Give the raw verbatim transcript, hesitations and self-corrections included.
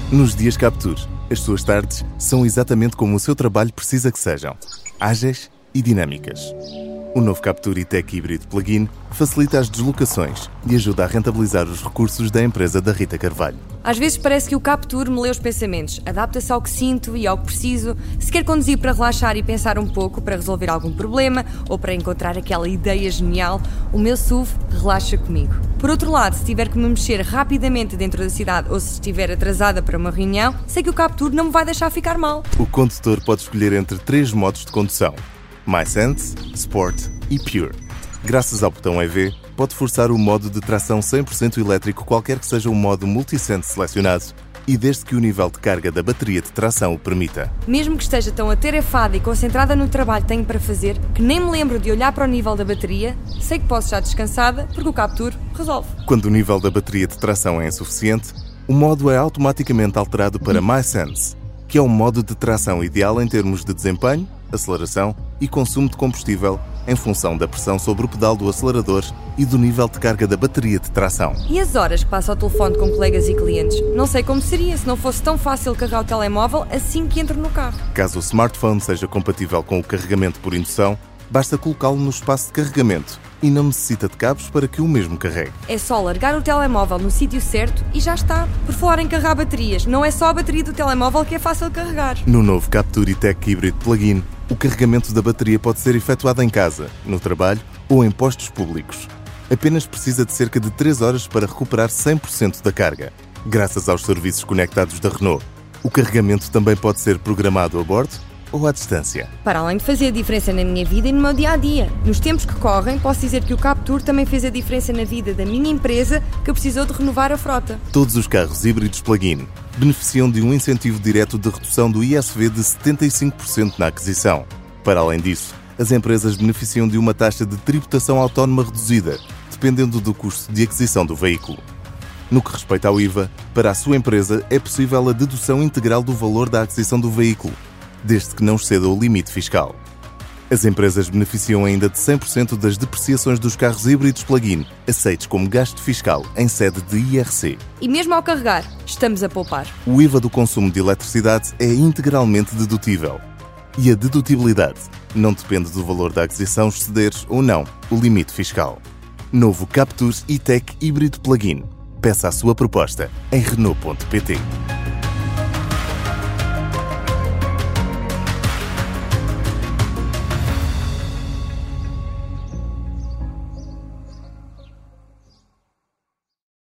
Nos dias Captur, as suas tardes são exatamente como o seu trabalho precisa que sejam: ágeis e dinâmicas. O novo Captur E-Tech Híbrido Plug-in facilita as deslocações e ajuda a rentabilizar os recursos da empresa da Rita Carvalho. Às vezes parece que o Captur me lê os pensamentos, adapta-se ao que sinto e ao que preciso. Se quer conduzir para relaxar e pensar um pouco, para resolver algum problema ou para encontrar aquela ideia genial, o meu S U V relaxa comigo. Por outro lado, se tiver que me mexer rapidamente dentro da cidade ou se estiver atrasada para uma reunião, sei que o Captur não me vai deixar ficar mal. O condutor pode escolher entre três modos de condução: MySense, Sport e Pure. Graças ao botão E V, pode forçar o modo de tração cem por cento elétrico, qualquer que seja o modo Multisense selecionado, e desde que o nível de carga da bateria de tração o permita. Mesmo que esteja tão atarefada e concentrada no trabalho que tenho para fazer, que nem me lembro de olhar para o nível da bateria, sei que posso estar descansada porque o Captur resolve. Quando o nível da bateria de tração é insuficiente, o modo é automaticamente alterado para MySense, que é o modo de tração ideal em termos de desempenho, aceleração e consumo de combustível, em função da pressão sobre o pedal do acelerador e do nível de carga da bateria de tração. E as horas que passo ao telefone com colegas e clientes? Não sei como seria se não fosse tão fácil carregar o telemóvel assim que entro no carro. Caso o smartphone seja compatível com o carregamento por indução, basta colocá-lo no espaço de carregamento e não necessita de cabos para que o mesmo carregue. É só largar o telemóvel no sítio certo e já está. Por falar em carregar baterias, não é só a bateria do telemóvel que é fácil de carregar. No novo Captur E-Tech Híbrido Plug-in, o carregamento da bateria pode ser efetuado em casa, no trabalho ou em postos públicos. Apenas precisa de cerca de três horas para recuperar cem por cento da carga. Graças aos serviços conectados da Renault, o carregamento também pode ser programado a bordo ou à distância. Para além de fazer a diferença na minha vida e no meu dia-a-dia. Nos tempos que correm, posso dizer que o Captur também fez a diferença na vida da minha empresa, que precisou de renovar a frota. Todos os carros híbridos plug-in beneficiam de um incentivo direto de redução do I S V de setenta e cinco por cento na aquisição. Para além disso, as empresas beneficiam de uma taxa de tributação autónoma reduzida, dependendo do custo de aquisição do veículo. No que respeita ao I V A, para a sua empresa é possível a dedução integral do valor da aquisição do veículo, desde que não exceda o limite fiscal. As empresas beneficiam ainda de cem por cento das depreciações dos carros híbridos plug-in, aceitos como gasto fiscal em sede de I R C. E mesmo ao carregar, estamos a poupar. O I V A do consumo de eletricidade é integralmente dedutível. E a dedutibilidade não depende do valor da aquisição exceder ou não o limite fiscal. Novo Captur E-Tech Híbrido Plug-in. Peça a sua proposta em Renault ponto pt.